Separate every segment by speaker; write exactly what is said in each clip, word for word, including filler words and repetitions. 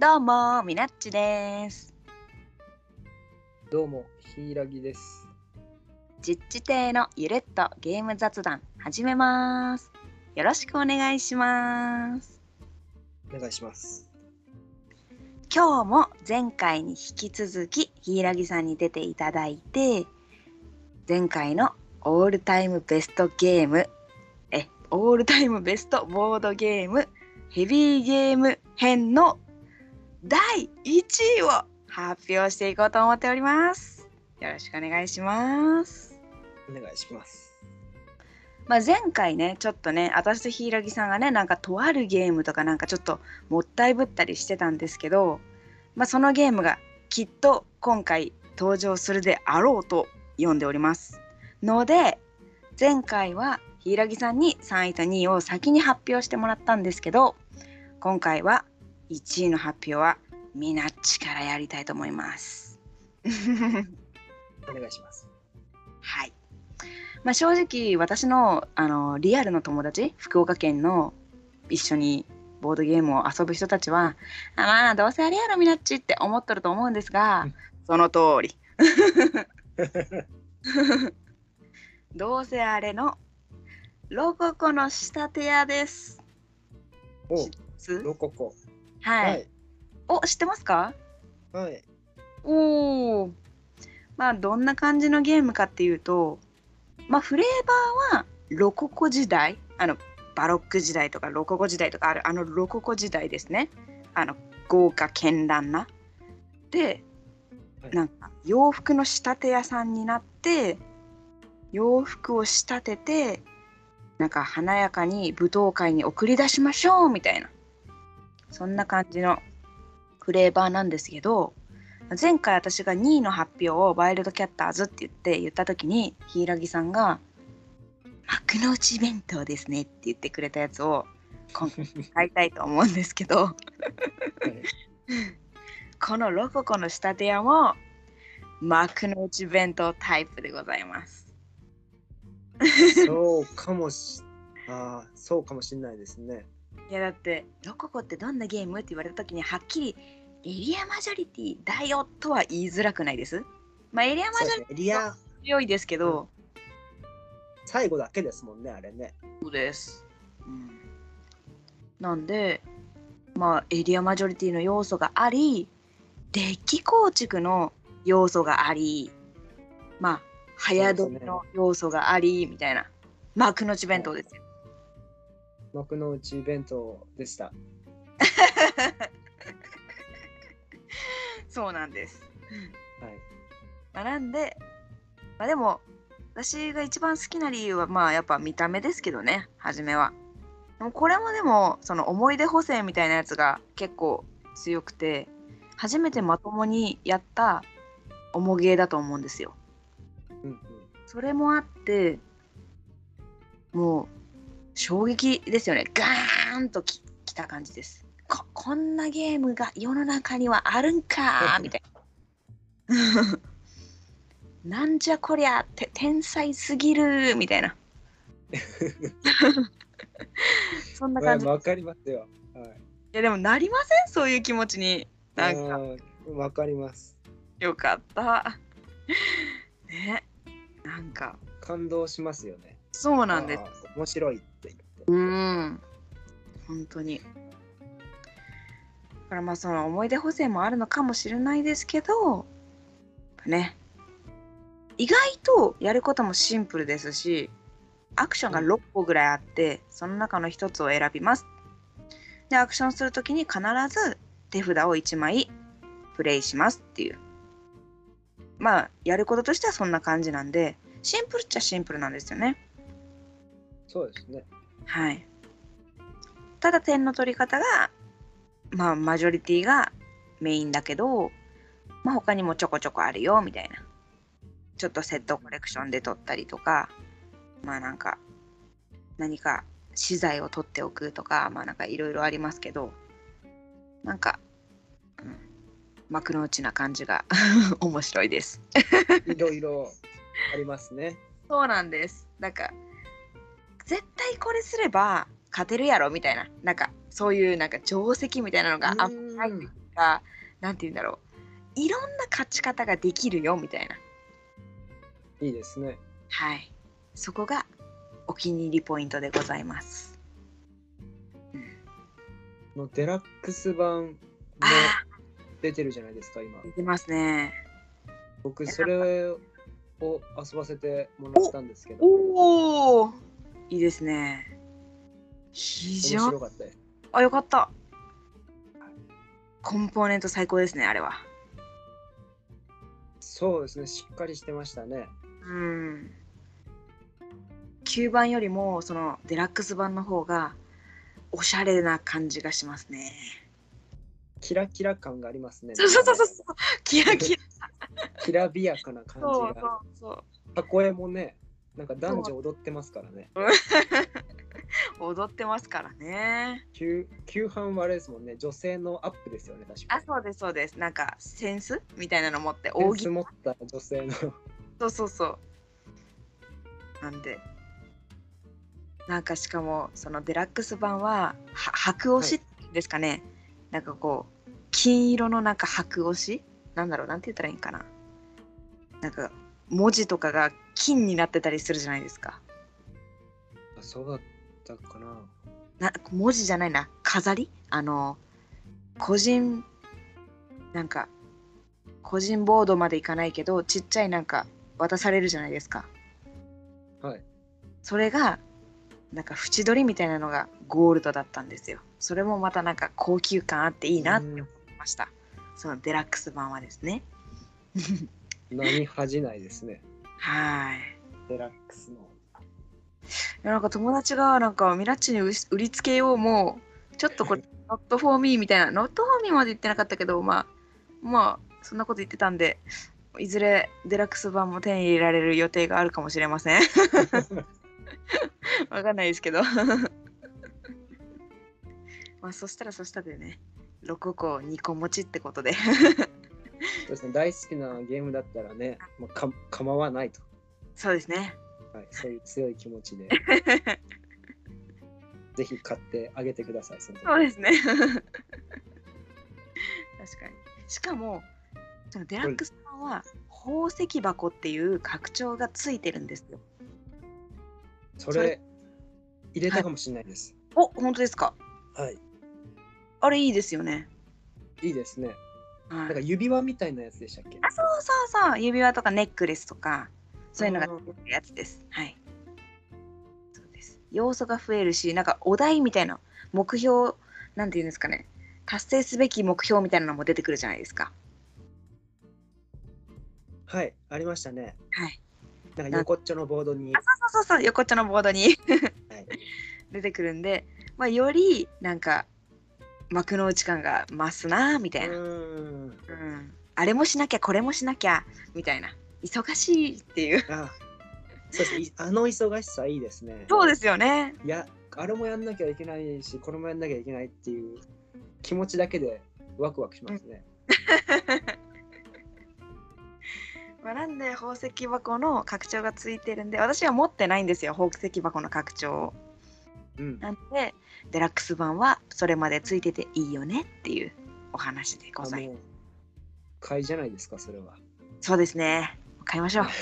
Speaker 1: どうもみなっちです。
Speaker 2: どうもひいらぎです。
Speaker 1: 実地亭のゆるっとゲーム雑談始めます。よろしくお願いします。
Speaker 2: お願いします。
Speaker 1: 今日も前回に引き続きひいらぎさんに出ていただいて、前回のオールタイムベストゲームえオールタイムベストボードゲームヘビーゲーム編のだいいちいを発表していこうと思っております。よろしくお願いします。
Speaker 2: お願いします。
Speaker 1: まあ、前回ねちょっとね私とひいらぎさんがねなんかとあるゲームとかなんかちょっともったいぶったりしてたんですけど、まあ、そのゲームがきっと今回登場するであろうと読んでおりますので、前回はひいらぎさんにさんいとにいを先に発表してもらったんですけど、今回はいちいの発表はみなっちからやりたいと思います。
Speaker 2: お願いします。
Speaker 1: はい。まあ、正直私の、あのリアルの友達、福岡県の一緒にボードゲームを遊ぶ人たちは、あまあどうせあれやろみなっちって思っとると思うんですが、その通りどうせあれのロココの仕立て屋です。
Speaker 2: お、ロココ。
Speaker 1: はい、はい、お、知ってますか？
Speaker 2: はい。
Speaker 1: おー、まあどんな感じのゲームかっていうと、まあフレーバーはロココ時代、あのバロック時代とかロココ時代とかあるあのロココ時代ですね。あの豪華絢爛なで、はい、なんか洋服の仕立て屋さんになって洋服を仕立ててなんか華やかに舞踏会に送り出しましょうみたいな、そんな感じのフレーバーなんですけど、前回私がにいの発表をワイルドキャッターズって言って言った時にひいらぎさんが幕の内弁当ですねって言ってくれたやつを今回買いたいと思うんですけど、はい、このロココの仕立て屋も幕の内弁当タイプでございます。
Speaker 2: そうかもしあそうかもしれないですね。
Speaker 1: いやだってロココってどんなゲームって言われた時にはっきりエリアマジョリティだよとは言いづらくないです？まあエリアマジョリティは強いですけど、うん、
Speaker 2: 最後だけですもんねあれね。
Speaker 1: そうです、うん、なんでまあエリアマジョリティの要素があり、デッキ構築の要素があり、まあ早取りの要素があり、みたいな幕の内弁当ですよ。
Speaker 2: 幕の内弁当でした。
Speaker 1: そうなんです。
Speaker 2: はい。
Speaker 1: まあ、なんで、まあ、でも私が一番好きな理由はまあやっぱ見た目ですけどね、初めは。でもこれもでもその思い出補正みたいなやつが結構強くて、初めてまともにやった重ゲーだと思うんですよ。うんうん、それもあってもう衝撃ですよね。ガーンと き, きた感じです。 こ, こんなゲームが世の中にはあるんかみたいななんじゃこりゃて天才すぎるみたいなそんな感じ。
Speaker 2: わかりますよ、はい、い
Speaker 1: やでもなりません？そういう気持ちに。なんか
Speaker 2: わかります。
Speaker 1: よかったね。なんか
Speaker 2: 感動しますよね。
Speaker 1: そうなんです。
Speaker 2: 面白いって言って。
Speaker 1: うん本当に。だからまあその思い出補正もあるのかもしれないですけどね、意外とやることもシンプルですし、アクションがろっこぐらいあって、うん、その中のひとつを選びます。でアクションするときに必ず手札をいちまいプレイしますっていう、まあやることとしてはそんな感じなんで、シンプルっちゃシンプルなんですよね。
Speaker 2: そうですね。
Speaker 1: はい。ただ点の取り方がまあマジョリティがメインだけど、まあ他にもちょこちょこあるよみたいな。ちょっとセットコレクションで取ったりとか、まあなんか何か資材を取っておくとか、まあなんかいろいろありますけど、なんか、うん、幕の内な感じが面白いです。
Speaker 2: いろいろありますね。
Speaker 1: そうなんです。なんか絶対これすれば勝てるやろみたいな、なんかそういうなんか定石みたいなのがあんまりないか、なんて言うんだろう、いろんな勝ち方ができるよみたいな。
Speaker 2: いいですね。
Speaker 1: はい。そこがお気に入りポイントでございます。
Speaker 2: のデラックス版も
Speaker 1: あ
Speaker 2: 出てるじゃないですか、今。
Speaker 1: ー、出てますね。
Speaker 2: 僕、それを遊ばせてもらったんですけど、
Speaker 1: おお、いいですね。非
Speaker 2: 面
Speaker 1: 常
Speaker 2: 白かったです。
Speaker 1: あ、よかった。コンポーネント最高ですね、あれは。
Speaker 2: そうですね、しっかりしてましたね。
Speaker 1: うん。きゅうばんよりもそのデラックス版の方がおしゃれな感じがしますね。
Speaker 2: キラキラ感がありますね。
Speaker 1: そうそうそうそう。キラキラ。
Speaker 2: きらびやかな感じ
Speaker 1: そう
Speaker 2: が。
Speaker 1: そうそう。
Speaker 2: 箱絵もね、なんか男女踊ってますからね。
Speaker 1: 踊ってますからね。
Speaker 2: 旧旧版はあれですもんね、女性のアップですよね、確か
Speaker 1: あ、そうですそうです。なんかセンスみたいなの持って
Speaker 2: セン
Speaker 1: 扇。
Speaker 2: ス持った女性の
Speaker 1: そうそうそう。なんで。なんかしかもそのデラックス版はは白押しですかね、はい、なんかこう金色のなんか白押しなんだろう、なんて言ったらいいんかな、なんか文字とかが金になってたりするじゃないですか。
Speaker 2: あ、そうだったかな。
Speaker 1: な文字じゃないな、飾り、あの個人なんか個人ボードまでいかないけどちっちゃいなんか渡されるじゃないですか。
Speaker 2: はい。
Speaker 1: それがなんか縁取りみたいなのがゴールドだったんですよ。それもまたなんか高級感あっていいなって思いました。そのデラックス版はですね。
Speaker 2: 何恥じないですね。
Speaker 1: はい。
Speaker 2: デラックスの。
Speaker 1: いやなんか友達がなんかミラッチに売りつけよう、もうちょっとこれノットフォーミーみたいな、ノットフォーミーまで言ってなかったけど、まあまあそんなこと言ってたんで、いずれデラックス版も手に入れられる予定があるかもしれません。わかんないですけど。まあそしたらそしたでね、ろっこにこ持ちってことで。
Speaker 2: そうですね、大好きなゲームだったらね、まあ、か構わないと。
Speaker 1: そうですね。
Speaker 2: はい、そういう強い気持ちで。ぜひ買ってあげてください。その時。
Speaker 1: そうですね。確かに。しかも、そのデラックス版は宝石箱っていう拡張がついてるんですよ。
Speaker 2: それ入れたかもしれないです。
Speaker 1: はい、お、本当ですか。
Speaker 2: はい。
Speaker 1: あれいいですよね。
Speaker 2: いいですね。はい、
Speaker 1: なん
Speaker 2: か指輪みたいなやつでしたっけ？
Speaker 1: あ、そうそうそう。指輪とかネックレスとかそういうのがついてるやつです。はい。そうです。要素が増えるし、なんかお題みたいな目標、なんていうんですかね。達成すべき目標みたいなのも出てくるじゃないですか。
Speaker 2: はい、ありましたね。
Speaker 1: はい。
Speaker 2: なんか横っちょのボードに。
Speaker 1: あ、そうそうそうそう、横っちょのボードに、はい、出てくるんで、まあ、よりなんか幕の内感が増すなみたいな。うん、うん、あれもしなきゃこれもしなきゃみたいな、忙しいっていう。
Speaker 2: あ、そうですね、あの忙しさいいですね。
Speaker 1: そうですよね。
Speaker 2: いや、あれもやんなきゃいけないし、これもやんなきゃいけないっていう気持ちだけでワクワクしますね。
Speaker 1: まあなんで宝石箱の拡張がついてるんで、私は持ってないんですよ、宝石箱の拡張を。うん、なんでデラックス版はそれまでついてていいよねっていうお話でございます。
Speaker 2: 買いじゃないですか、それは。
Speaker 1: そうですね、買いましょう。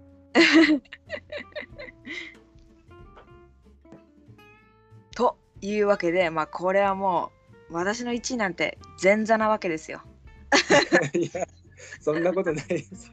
Speaker 1: というわけで、まあこれはもう私のいちいなんて前座なわけですよ。
Speaker 2: いや、そんなことないですよ。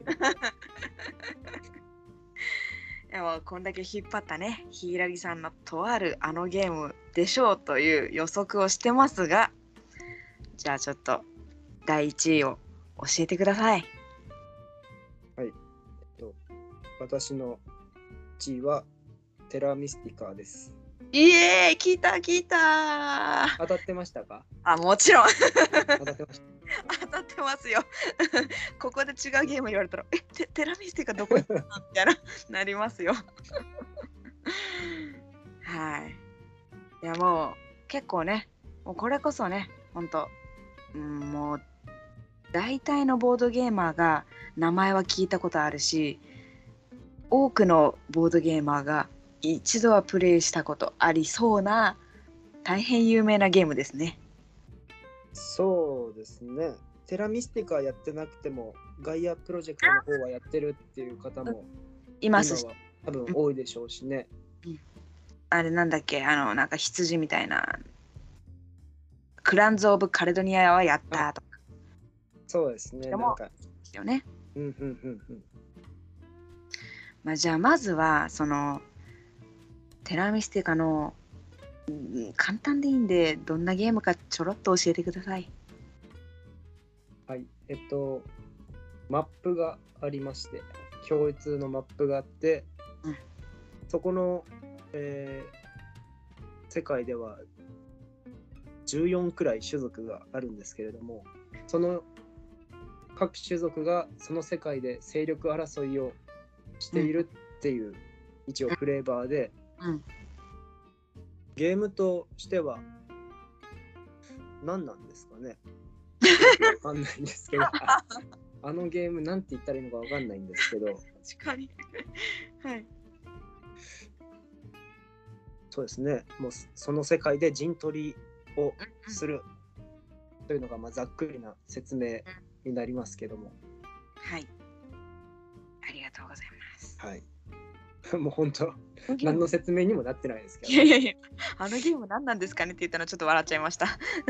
Speaker 1: でもこんだけ引っ張ったね、柊さんのとあるあのゲームでしょうという予測をしてますが、じゃあちょっとだいいちいを教えてください。
Speaker 2: はい、えっと、私のいちいはテラミスティカです。
Speaker 1: イエーイ、聞いた聞いた。
Speaker 2: 当たってましたか？
Speaker 1: あ、もちろん。
Speaker 2: 当たってました。
Speaker 1: 当たってますよ。ここで違うゲーム言われたら、え、テ, テラミスティカどこ行ったのみたいななりますよ。はい。いやもう結構ね、もうこれこそね、ほんと、うん、もう大体のボードゲーマーが名前は聞いたことあるし、多くのボードゲーマーが一度はプレイしたことありそうな大変有名なゲームですね。
Speaker 2: そうですね。テラミスティカやってなくても、ガイアプロジェクトの方はやってるっていう方も今は
Speaker 1: いますし、
Speaker 2: 多分多いでしょうしね。
Speaker 1: あれなんだっけ、あの、なんか羊みたいな、クランズ・オブ・カレドニアはやったとか、
Speaker 2: そうですね。
Speaker 1: でも
Speaker 2: なんか、
Speaker 1: ですよね。
Speaker 2: うんうんうんうん。
Speaker 1: まあ、じゃあまずはそのテラミスティカの、うん簡単でいいんでどんなゲームかちょろっと教えてください。
Speaker 2: はい。えっと、マップがありまして、共通のマップがあって、
Speaker 1: うん
Speaker 2: そこの、えー世界ではじゅうよんくらい種族があるんですけれども、その各種族がその世界で勢力争いをしているっていう一応フレーバーで、
Speaker 1: うん
Speaker 2: ゲームとしては何なんですかね。わかんないんですけど、ああのゲームなんて言ったらいいのかわかんないんですけど、
Speaker 1: 確かにはい
Speaker 2: そうですね。もうその世界で陣取りをするというのがまあざっくりな説明になりますけども、
Speaker 1: はいありがとうございます。
Speaker 2: はい。もう本当
Speaker 1: 何の
Speaker 2: 何の説明にもなってないですけど、
Speaker 1: いやいやいやあのゲーム何なんですかねって言ったのちょっと笑っちゃいました。い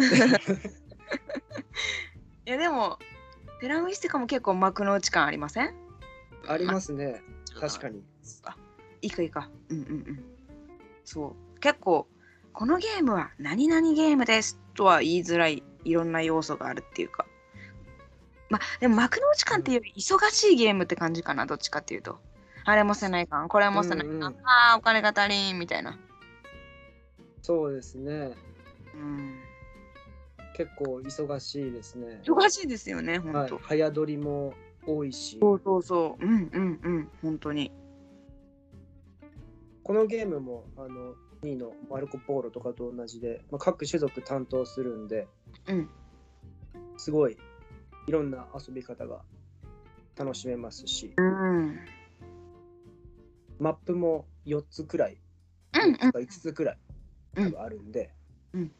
Speaker 1: やでもテラミスティカも結構幕の内感ありません？
Speaker 2: ありますね。確かに。
Speaker 1: あいいかいいかうんうんうんそう結構このゲームは何々ゲームですとは言いづらいいろんな要素があるっていうかまあでも幕の内感っていうより忙しいゲームって感じかなどっちかっていうとあれもせないかんこれもせないかん、
Speaker 2: うんうん、
Speaker 1: あーお金が足りんみたいな
Speaker 2: そうですね。
Speaker 1: うん
Speaker 2: 結構忙しいですね。
Speaker 1: 忙しいですよねほんと、
Speaker 2: はい、早撮りも多いし、
Speaker 1: そうそうそううんうんうん本当に
Speaker 2: このゲームもあのにいのマルコ・ポーロとかと同じで、まあ、各種族担当するんで、
Speaker 1: うん
Speaker 2: すごいいろんな遊び方が楽しめますし、
Speaker 1: うん
Speaker 2: マップもよっつくらい、
Speaker 1: うんうん
Speaker 2: いつつくらい多分あるんで、
Speaker 1: うんうん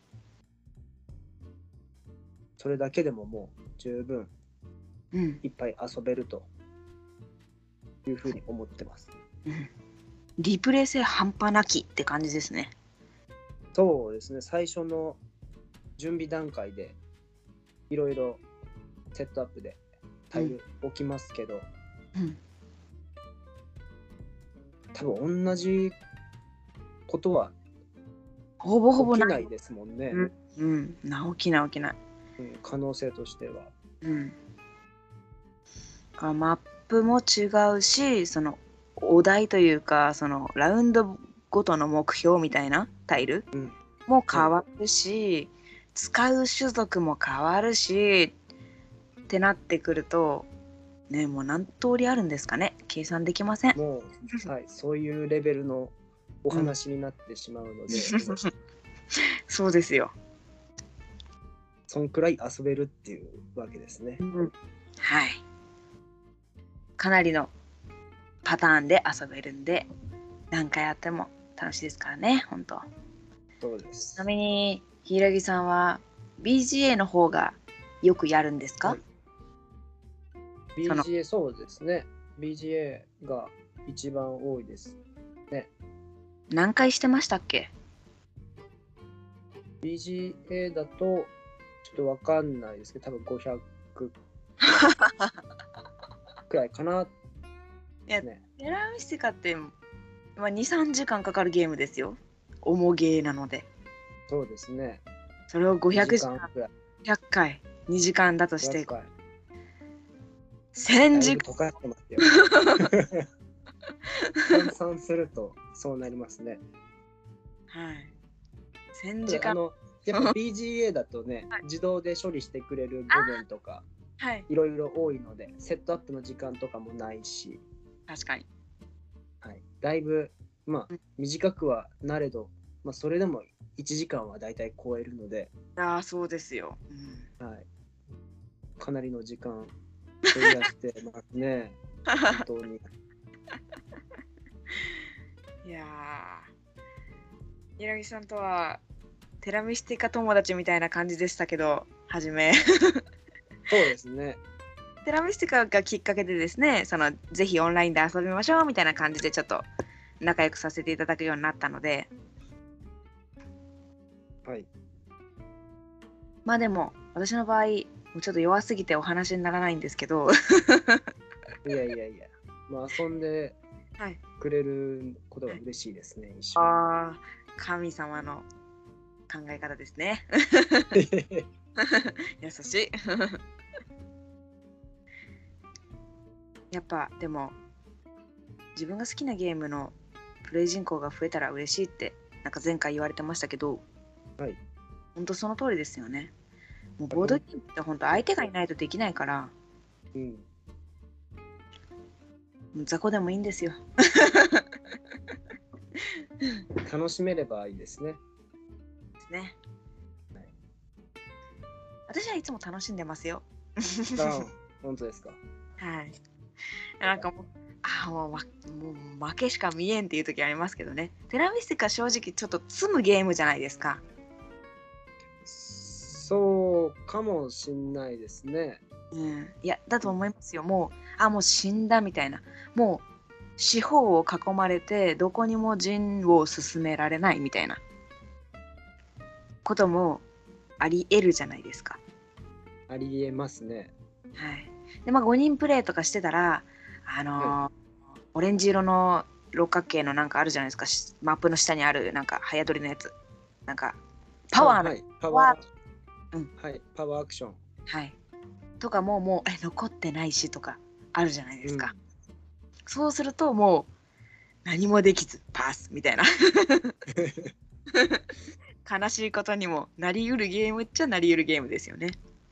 Speaker 2: それだけでももう十分
Speaker 1: うん
Speaker 2: いっぱい遊べるというふうに思ってます。
Speaker 1: うんリプレイ性半端なきって感じですね。
Speaker 2: そうですね、最初の準備段階でいろいろセットアップでタイル置きますけど、
Speaker 1: うん
Speaker 2: 多分同じことは
Speaker 1: ほぼほぼな
Speaker 2: 起きないいですもんね、
Speaker 1: うん、うん、な起きない起きない。
Speaker 2: うん可能性としては。
Speaker 1: うん。マップも違うし、そのお題というか、そのラウンドごとの目標みたいなタイル
Speaker 2: うん
Speaker 1: も変わるし、使う種族も変わるし、ってなってくると、ね、もう何通りあるんですかね。計算できません。
Speaker 2: もう、はい、そういうレベルのお話になってしまうので、
Speaker 1: そうですよ。
Speaker 2: そんくらい遊べるっていうわけですね。
Speaker 1: うんはい。かなりのパターンで遊べるんで、何回やっても楽しいですからね、本当。
Speaker 2: そうです
Speaker 1: ちな。みに、柊さんは ビージーエー の方がよくやるんですか？
Speaker 2: はい ビージーエー、そうですね。ビージーエー が一番多いですね。
Speaker 1: 何回してましたっけ？
Speaker 2: ビージーエー だと、ちょっとわかんないですけど、多分ごひゃくくらいかな。
Speaker 1: いや、
Speaker 2: ね、
Speaker 1: テラミスティカって、まあ、に、さんじかんかかるゲームですよ。重ゲーなので。
Speaker 2: そうですね。
Speaker 1: それをごひゃくじ
Speaker 2: にじかんくらい。
Speaker 1: ひゃっかい、にじかんだとして、
Speaker 2: くらい
Speaker 1: せんじ
Speaker 2: だいぶ溶かしてますよ。換算するとそうなりますね。
Speaker 1: はい。せんじかん。
Speaker 2: あのやっぱ ビージーエー だとね、
Speaker 1: はい
Speaker 2: 自動で処理してくれる部分とか
Speaker 1: はい。
Speaker 2: いろいろ多いので、セットアップの時間とかもないし、
Speaker 1: 確かに。
Speaker 2: はい、だいぶまあ短くはなれど、まあ、それでもいちじかんはだいたい超えるので、
Speaker 1: ああ、そうですよ。うん
Speaker 2: はい、かなりの時間費やしてますね。本当に。
Speaker 1: いやー、柳さんとはテラミスティカ友達みたいな感じでしたけど、 はじめ
Speaker 2: そうですね。
Speaker 1: テラミスティカがきっかけでですね、そのぜひオンラインで遊びましょうみたいな感じでちょっと仲良くさせていただくようになったので、
Speaker 2: はい。
Speaker 1: まあでも私の場合もうちょっと弱すぎてお話にならないんですけど
Speaker 2: いやいやいや、まあ遊んで
Speaker 1: はい
Speaker 2: くれることが嬉しいですね、一緒
Speaker 1: ああ神様の考え方ですね
Speaker 2: に。
Speaker 1: 優しいやっぱでも自分が好きなゲームのプレイ人口が増えたら嬉しいってなんか前回言われてましたけど、
Speaker 2: はい。
Speaker 1: 本当その通りですよね。もうボードゲームって本当相手がいないとできないから、
Speaker 2: うん。
Speaker 1: もう雑魚でもいいんですよ。
Speaker 2: 楽しめればいいですね。
Speaker 1: ですね。
Speaker 2: はい、
Speaker 1: 私はいつも楽しんでますよ。
Speaker 2: あ、本当ですか。
Speaker 1: はい。なんかもう、あもう、もう負けしか見えんっていう時ありますけどね。テラミスティカ正直ちょっと積むゲームじゃないですか。
Speaker 2: そうかもしんないですね。
Speaker 1: うん、いやだと思いますよ。もうあもう死んだみたいな、もう四方を囲まれてどこにも陣を進められないみたいなこともあり得るじゃないですか。
Speaker 2: ありえますね。
Speaker 1: はい。でまあごにんプレイとかしてたらあのー
Speaker 2: は
Speaker 1: オレンジ色の六角形のなんかあるじゃないですか、しマップの下にあるなんか早撮りのやつ、なんかパワーの、
Speaker 2: はい、パワー、
Speaker 1: うん
Speaker 2: はい、パワーアクション。
Speaker 1: はいとかももうえ残ってないしとかあるじゃないですか。
Speaker 2: うん、
Speaker 1: そうするともう何もできずパスみたいな悲しいことにもなりうるゲームっちゃなりうるゲームですよね。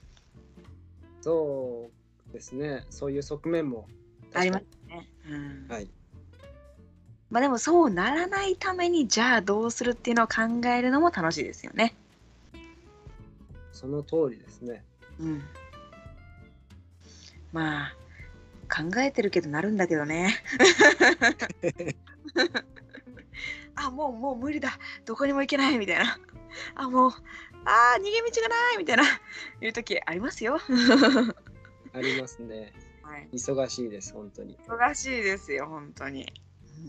Speaker 2: そうですね。そういう側面も
Speaker 1: ありますね。うん、
Speaker 2: はい。
Speaker 1: まあでもそうならないためにじゃあどうするっていうのを考えるのも楽しいですよね。
Speaker 2: その通りですね。
Speaker 1: うん。まあ考えてるけどなるんだけどね。あもうもう無理だどこにも行けないみたいな。あもうあー逃げ道がないみたいないう時ありますよ。
Speaker 2: ありますね。
Speaker 1: はい、
Speaker 2: 忙しいです、本当に。
Speaker 1: 忙しいですよ本当に。うん、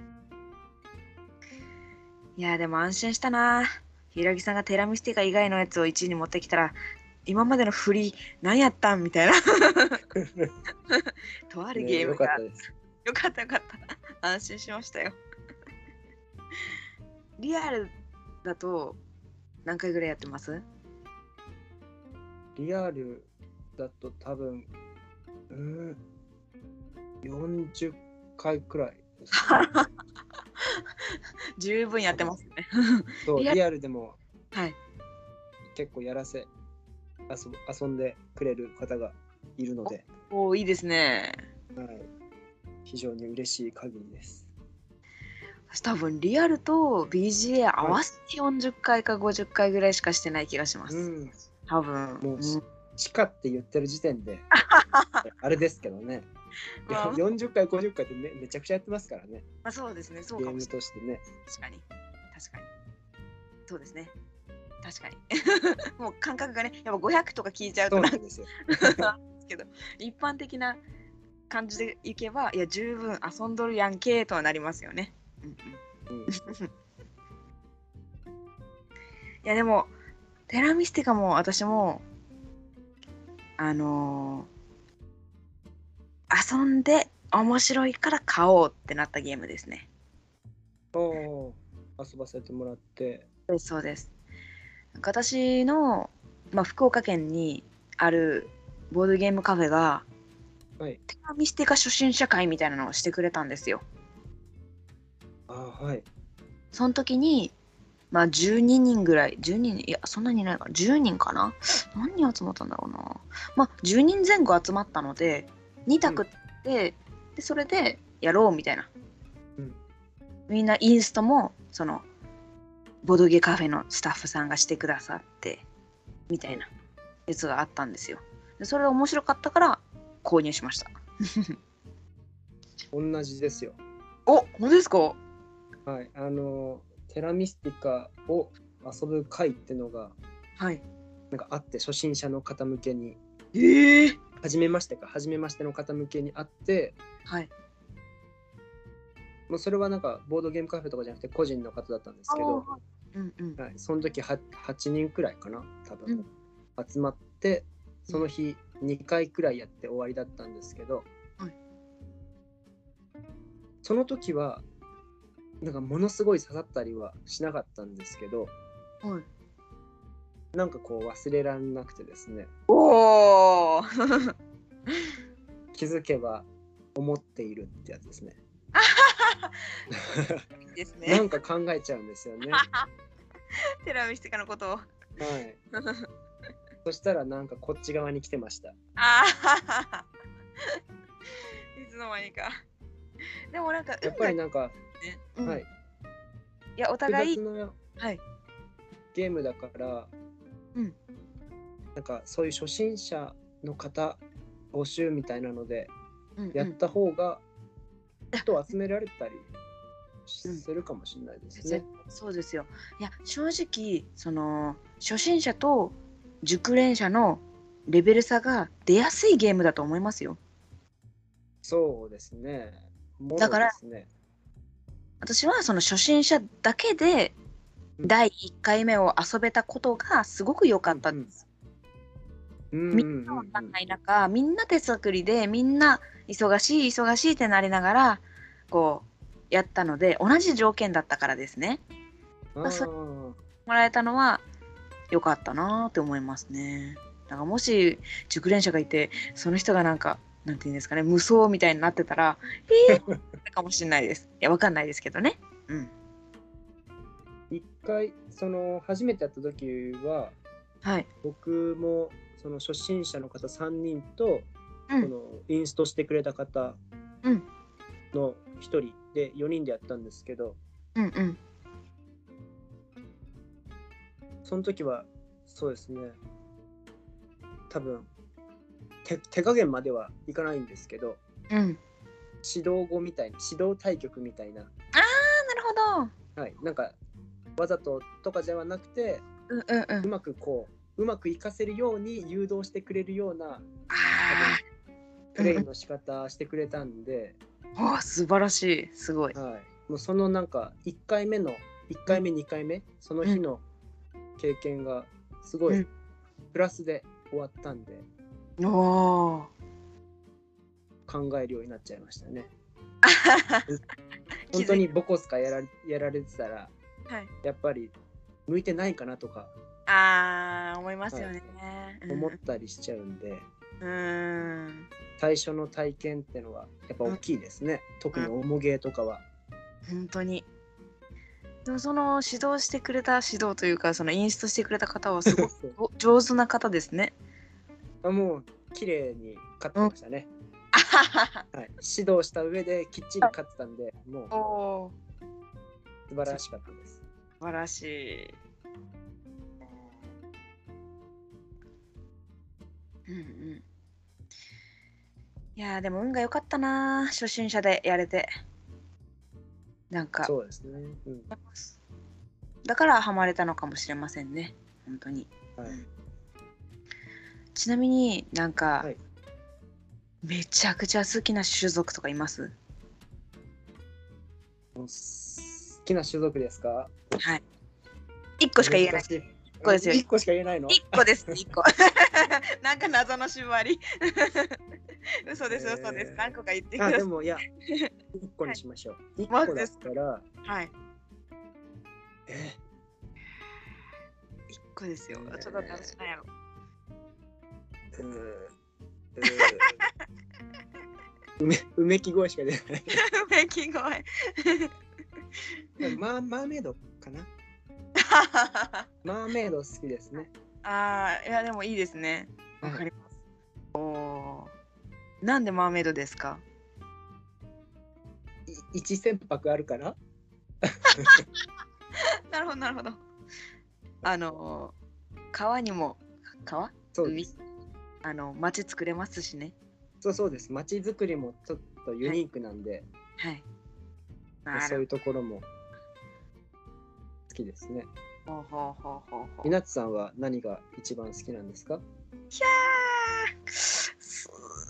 Speaker 1: いやでも安心したな。平木さんがテラミスティカ以外のやつをいちいに持ってきたら今までの振り何やったんみたいなとあるゲーム
Speaker 2: ね、よか
Speaker 1: が、
Speaker 2: ったです。
Speaker 1: よかったよかった安心しましたよ。リアルだと何回ぐらいやってます？
Speaker 2: リアルだと多分、うん、よんじゅっかいくらいです、ね。
Speaker 1: 十分やってますね。
Speaker 2: そう、
Speaker 1: リアル
Speaker 2: リアルでも
Speaker 1: はい
Speaker 2: 結構やらせ、遊ぶ遊んでくれる方がいるので、
Speaker 1: おおいいですね。
Speaker 2: はい、非常に嬉しい限りです。
Speaker 1: 私多分リアルと ビージーエー 合わせてよんじゅっかいかごじゅっかいぐらいしかしてない気がします。
Speaker 2: うん、
Speaker 1: 多分。
Speaker 2: もう、
Speaker 1: うん、
Speaker 2: 地下って言ってる時点で、あれですけどね。
Speaker 1: まあ
Speaker 2: よんじゅっかい、ごじゅっかいって め, めちゃくちゃやってますからね。
Speaker 1: まあ、そうですね、そう
Speaker 2: ゲーム
Speaker 1: かもしれない。
Speaker 2: としてね。
Speaker 1: 確かに。確かに。そうですね。確かに。もう感覚がね、やっぱごひゃくとか聞いちゃうとなん
Speaker 2: そうなんですよ。
Speaker 1: ですけど、一般的な感じでいけば、いや、十分遊んどるやんけとはなりますよね。うんうん、
Speaker 2: うん、
Speaker 1: いや、でも、テラミスティカも私も、あのー遊んで面白いから買おうってなったゲームですね。
Speaker 2: おー、遊ばせてもらって。
Speaker 1: そうです、そうです。私の、まあ、福岡県にあるボードゲームカフェが、
Speaker 2: はい。
Speaker 1: テラミスティカ初心者会みたいなのをしてくれたんですよ。
Speaker 2: あー、はい。
Speaker 1: その時に、まあ、じゅうににんぐらい、じゅうににん、いや、そんなにいないかな、じゅうにんかな、何人集まったんだろうな。まあ、じゅうにんぜん後集まったので、に択って、うん、で、それでやろうみたいな。
Speaker 2: うん、
Speaker 1: みんなインストも、その、ボドゲカフェのスタッフさんがしてくださって、みたいなやつがあったんですよ。でそれが面白かったから購入しました。
Speaker 2: 同じですよ。
Speaker 1: お、本当ですか？
Speaker 2: はい。あの、テラミスティカを遊ぶ会ってのが、
Speaker 1: はい。
Speaker 2: なんかあって、初心者の方向けに、
Speaker 1: ええー、
Speaker 2: 初めましてか初めましての方向けにあって、
Speaker 1: はい。
Speaker 2: もうそれはなんかボードゲームカフェとかじゃなくて個人の方だったんですけど、
Speaker 1: うんうん。
Speaker 2: はい、その時ははちにんくらいかな多分、
Speaker 1: うん、
Speaker 2: 集まって、その日にかいくらいやって終わりだったんですけど、
Speaker 1: はい、
Speaker 2: その時はなんかものすごい刺さったりはしなかったんですけど、
Speaker 1: はい。
Speaker 2: なんかこう忘れられなくてですね、
Speaker 1: おお。
Speaker 2: 気づけば思っているってやつですね。
Speaker 1: いいです
Speaker 2: な
Speaker 1: ね。
Speaker 2: んか考えちゃうんですよね。
Speaker 1: テラミスティカのことを。
Speaker 2: はい。そしたらなんかこっち側に来てました。
Speaker 1: ああ。いつの間にか。でもなんか
Speaker 2: やっぱりなんか、
Speaker 1: ね、うん、
Speaker 2: はい。
Speaker 1: いやお互い
Speaker 2: 複雑な
Speaker 1: はい。
Speaker 2: ゲームだから、
Speaker 1: うん。
Speaker 2: なんかそういう初心者の方募集みたいなので
Speaker 1: うんうん、
Speaker 2: やった方が人を集められたりするかもしれないですね。
Speaker 1: うん、そうですよ。いや正直その初心者と熟練者のレベル差が出やすいゲームだと思いますよ。
Speaker 2: そうですね。も
Speaker 1: だから
Speaker 2: ろですね。
Speaker 1: 私はその初心者だけでだいいっかいめを遊べたことがすごく良かったです。
Speaker 2: うんうん、
Speaker 1: みんなわかんない中、みんな手作りでみんな忙しい忙しいってなりながらこうやったので、同じ条件だったからですね。
Speaker 2: あ
Speaker 1: それもらえたのは良かったなって思いますね。だからもし熟練者がいてその人がなんかなんていうんですかね、無双みたいになってたらえーかもしれないです。いやわかんないですけどね。うん。
Speaker 2: 一回その初めてやった時は、
Speaker 1: はい、
Speaker 2: 僕もその初心者の方さんにんと、
Speaker 1: うん、
Speaker 2: そのインストしてくれた方
Speaker 1: うん
Speaker 2: のひとりでよにんでやったんですけど、
Speaker 1: うんうん、
Speaker 2: その時はそうですね、多分 手, 手加減まではいかないんですけど、
Speaker 1: うん、
Speaker 2: 指導語みたいな、指導対局みたいな、
Speaker 1: あーなるほど。
Speaker 2: はい、なんかわざととかではなくて、
Speaker 1: うんうんうん、
Speaker 2: うまくこううまくいかせるように誘導してくれるような
Speaker 1: あ
Speaker 2: プレイの仕方してくれたんで、
Speaker 1: うんうん、お素晴らしい、すごい。
Speaker 2: はい、もうそのなんかいっかいめのいっかいめ、にかいめその日の経験がすごいプラスで終わったんで、
Speaker 1: うん、お
Speaker 2: 考えるようになっちゃいましたね。本当にボコスカやらやられてたら、
Speaker 1: はい、
Speaker 2: やっぱり向いてないかなとか、
Speaker 1: あー思いますよね、
Speaker 2: はい、思ったりしちゃうんで、
Speaker 1: うん、
Speaker 2: 最初の体験ってのはやっぱ大きいですね、うん、特に重ゲーとかは。
Speaker 1: 本当に。でもその指導してくれた指導というか、そのインストしてくれた方はすごく上手な方ですね。
Speaker 2: あ、もう綺麗に勝ってましたね。はい、指導した上できっちり勝ってたんで、もう
Speaker 1: お
Speaker 2: 素晴らしかったです。
Speaker 1: 素晴らしい。うんうん。いやでも運が良かったな、初心者でやれて。なんか
Speaker 2: そうですね、うん、
Speaker 1: だからハマれたのかもしれませんね、本当に。
Speaker 2: はい、
Speaker 1: ちなみになんか、
Speaker 2: はい、
Speaker 1: めちゃくちゃ好きな種族とかいます？
Speaker 2: 好きな種族ですか？
Speaker 1: はい。いっこしか言えない。いっこですよ。
Speaker 2: いっこしか言えないの？
Speaker 1: いっこです、いっこ。なんか謎の縛り。嘘です、嘘です。何個か言ってください。
Speaker 2: あ、でもいや、いっこにしましょう。いっこだったら、
Speaker 1: はい。
Speaker 2: え
Speaker 1: いっこですよ。ちょっと楽しいなやろ。
Speaker 2: ううめうめき声しか出ない。
Speaker 1: うめき声。
Speaker 2: マーマーメイドかな。マーメイド好きですね。
Speaker 1: ああ、いやでもいいですね。わかります。はい、おー、なんでマーメイドですか？
Speaker 2: い一船舶あるから。
Speaker 1: なるほどなるほど。あの川にも川？
Speaker 2: そうです。
Speaker 1: あの町作れますしね。
Speaker 2: そうそうです。町づくりもちょっとユニークなんで、
Speaker 1: はい。
Speaker 2: はい、そういうところも好きですね。
Speaker 1: ほうほうほうほうほう。
Speaker 2: みなつさんは何が一番好きなんですか？
Speaker 1: いやーす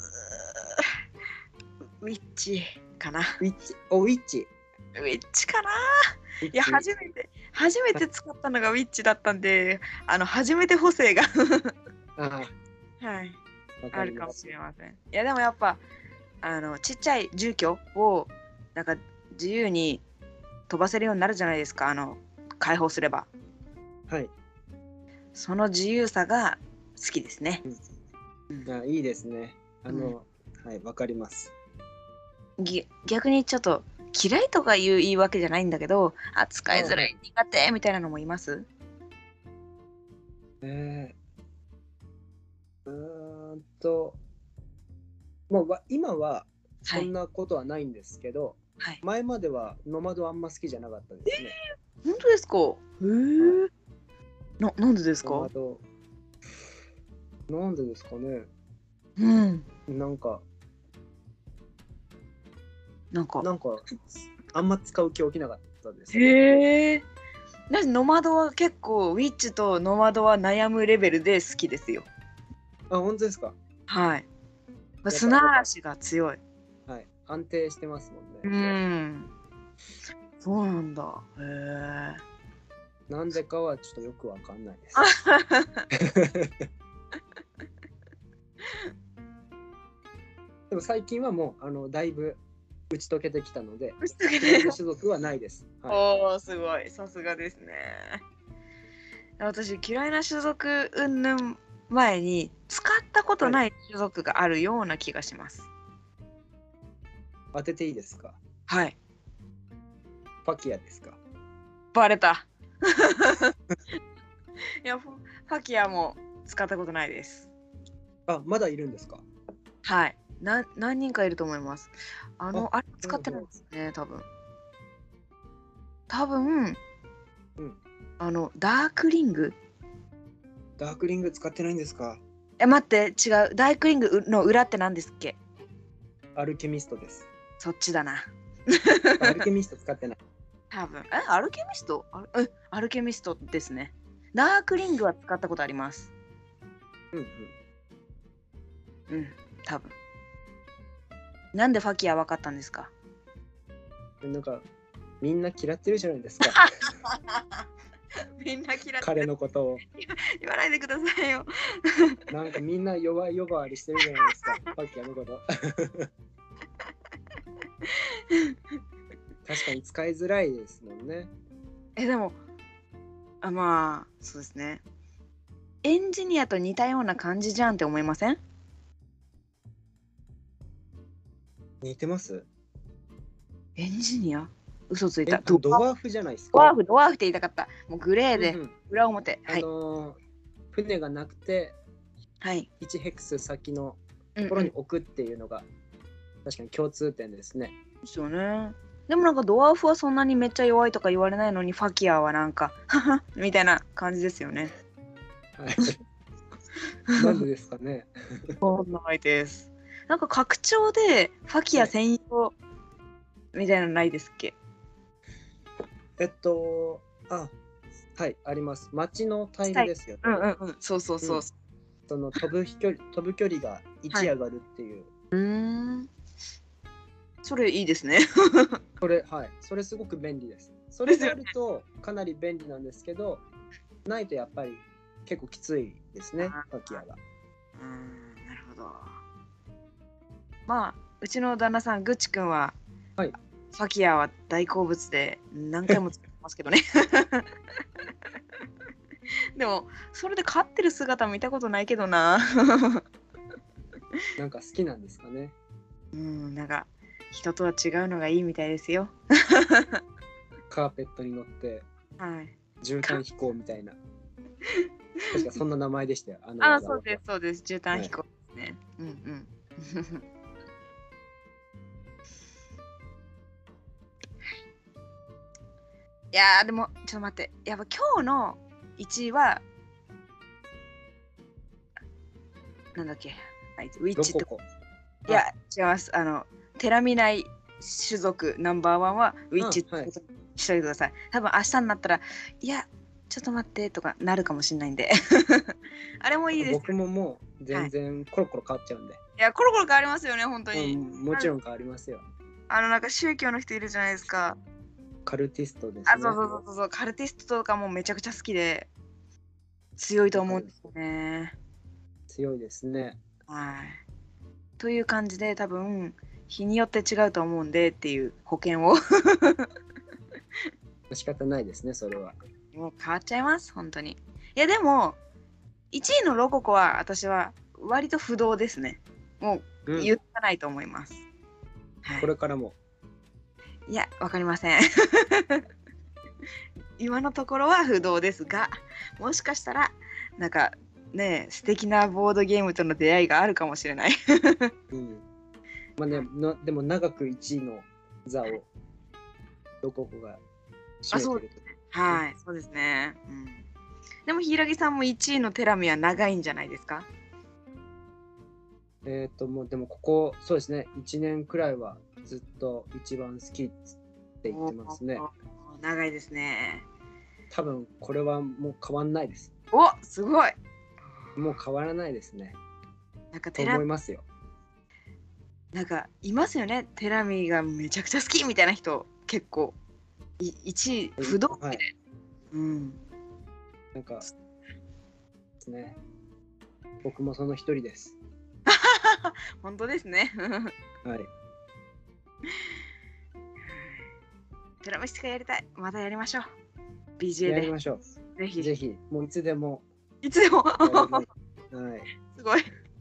Speaker 1: ウィッチかな。
Speaker 2: ウィッチ、お、ウィッチ。
Speaker 1: ウィッチかな。
Speaker 2: ウィッチ
Speaker 1: いや、初めて、初めて使ったのがウィッチだったんで、あの、初めて補正が
Speaker 2: あ
Speaker 1: はい、
Speaker 2: あ、わ
Speaker 1: あ
Speaker 2: かります。
Speaker 1: るかもしれません。いや、でもやっぱ、あの、ちっちゃい住居を、なんか、自由に飛ばせるようになるじゃないですか、あの、開放すれば。
Speaker 2: はい。
Speaker 1: その自由さが好きですね。うん
Speaker 2: あ、いいですね。あの、はい、わかります。
Speaker 1: ぎ逆にちょっと嫌いとかいう言い訳じゃないんだけど、あ、使いづらい、苦手みたいなのもいます？
Speaker 2: えー、うーんと、もうわ今はそんなことはないんですけど、
Speaker 1: はい。
Speaker 2: 前まではノマドあんま好きじゃなかったですね。
Speaker 1: 本当ですか？へえ。な、なんでですか？
Speaker 2: ノマド、なんでですかね。
Speaker 1: うん。
Speaker 2: なんか、
Speaker 1: なんか。
Speaker 2: なんか、あんま使う気起きなかったですね。
Speaker 1: へえ。なノマドは結構ウィッチとノマドは悩むレベルで好きですよ。
Speaker 2: あ、本当ですか？
Speaker 1: はい。
Speaker 2: ぱ
Speaker 1: 砂嵐が強い。
Speaker 2: はい、安定してますも
Speaker 1: うんん。そうなんだ。へえ。
Speaker 2: ね。なんでかはちょっとよくわかんないです。でも最近はもうあのだいぶ打ち解けてきたので、
Speaker 1: 打ち解けて
Speaker 2: 嫌いな種族はないです。はい、
Speaker 1: おお、すごい。さすがですね。私、嫌いな種族云々前に使ったことない種族があるような気がします。
Speaker 2: 当てていいですか？
Speaker 1: はい。
Speaker 2: パキアですか？
Speaker 1: バレた。いや、ファキアも使ったことないです。
Speaker 2: あ、まだいるんですか？
Speaker 1: はい。な何人かいると思います。あの、
Speaker 2: あ
Speaker 1: あれ使ってないんですね、多分。多分、
Speaker 2: うん、
Speaker 1: あの、ダークリング
Speaker 2: ダークリング使ってないんですか？
Speaker 1: え、待って、違う。ダークリングの裏って何ですっけ？
Speaker 2: アルケミストです。
Speaker 1: そっちだな。
Speaker 2: アルケミスト使ってない。
Speaker 1: 多分。え、アルケミストあえアルケミストですね。ダークリングは使ったことあります。
Speaker 2: うんうん。
Speaker 1: うん、多分。なんでファキア分かったんですか？
Speaker 2: なんかみんな嫌ってるじゃないですか。
Speaker 1: みんな嫌ってる。
Speaker 2: 彼のことを。
Speaker 1: 言わないでくださいよ。
Speaker 2: なんかみんな弱い呼ばわりしてるじゃないですか。パキアのこと。確かに使いづらいですもんね。
Speaker 1: え、でも、あ、まあ、そうですね。エンジニアと似たような感じじゃんって思いません？
Speaker 2: 似てます？
Speaker 1: エンジニア嘘ついた。
Speaker 2: え、ドワーフじゃないですか。
Speaker 1: ドワーフ、ドワーフって言いたかった。もうグレーで、
Speaker 2: うんうん、
Speaker 1: 裏表。はい。
Speaker 2: あのー、船がなくて、
Speaker 1: はい、
Speaker 2: いちヘクス先の
Speaker 1: うんうん、
Speaker 2: ところに置くっていうのが、確かに共通点ですね。
Speaker 1: ですよね。でもなんかドワーフはそんなにめっちゃ弱いとか言われないのに、ファキアはなんか、ははみたいな感じですよね。
Speaker 2: はい。なんでですかね。
Speaker 1: そうないです。なんか拡張でファキア専用みたいなのないですっけ？
Speaker 2: えっと、あ、はい、あります。街のタイルですよね。
Speaker 1: うんうんうん、そうそうそう。
Speaker 2: うん、その飛ぶ飛距離、飛ぶ距離がいち上がるっていう。
Speaker 1: うーん。それいいですね。
Speaker 2: それ、はい、それすごく便利です。それがあるとかなり便利なんですけど、ないとやっぱり結構きついですね、ファキアが。
Speaker 1: うーん、なるほど。まあ、うちの旦那さん、グチ君は、
Speaker 2: はい、
Speaker 1: ファキアは大好物で何回も使ってますけどね。でも、それで飼ってる姿見たことないけどな。
Speaker 2: なんか好きなんですかね。
Speaker 1: うん、なんか、人とは違うのがいいみたいですよ。
Speaker 2: カーペットに乗って
Speaker 1: はい。
Speaker 2: 絨毯飛行みたいな。確かそんな名前でしたよ。あの
Speaker 1: あ、そうです、そうです。絨毯飛行ですね。はい、うんうん。いやーでもちょっと待って、やっぱ今日のいちいはなんだっけ、あいつウィッチって。いや違います。あのテラミナイ種族ナンバーワンはウィッチってことにしといてください。多分明日になったら、いやちょっと待ってとかなるかもしれないんであれもいいです。
Speaker 2: 僕ももう全然コロコロ変わっちゃうんで、
Speaker 1: いやコロコロ変わりますよね本当に、
Speaker 2: うん、もちろん変わりますよ。
Speaker 1: あのなんか宗教の人いるじゃないですか。
Speaker 2: カルティストですね。
Speaker 1: あ、そうそうそうそう、カルティストとかもめちゃくちゃ好きで強いと思うんですよね。
Speaker 2: 強いですね。
Speaker 1: はい。という感じで多分日によって違うと思うんでっていう保険を
Speaker 2: 仕方ないですねそれは。
Speaker 1: もう変わっちゃいます本当に。いやでもいちいのロココは私は割と不動ですね。もう言わないと思います、
Speaker 2: うんはい、これからも
Speaker 1: いやわかりません今のところは不動ですが、もしかしたらなんかね素敵なボードゲームとの出会いがあるかもしれない、
Speaker 2: うんまあね、のでも長くいちいの座をロココが占めてると、ね、
Speaker 1: はいそうですね、うん、でも柊さんもいちいのテラミは長いんじゃないですか。
Speaker 2: えっともうでもここそうですねいちねんくらいはずっと一番好きって言ってますね。
Speaker 1: 長いですね。
Speaker 2: 多分これはもう変わんないです。
Speaker 1: おすごい。
Speaker 2: もう変わらないですね。
Speaker 1: なんかテラ
Speaker 2: と思いますよ。
Speaker 1: なんかいますよね、テラミがめちゃくちゃ好きみたいな人結構いいちい不動みたいな、はい、うん
Speaker 2: なんかですね僕もその一人です
Speaker 1: 本当ですね
Speaker 2: はい
Speaker 1: テラミスティカやりたい。またやりましょう。 ビージェー で
Speaker 2: やりましょう。
Speaker 1: ぜひ
Speaker 2: ぜひもういつでも
Speaker 1: いつでも
Speaker 2: はい、
Speaker 1: すごいはい、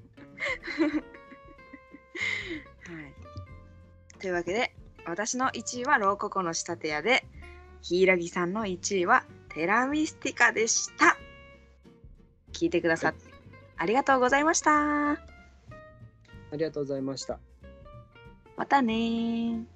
Speaker 1: というわけで私のいちいはローココの仕立て屋で、柊さんのいちいはテラミスティカでした。聞いてくださってありがとうございました。
Speaker 2: ありがとうございました。
Speaker 1: またね。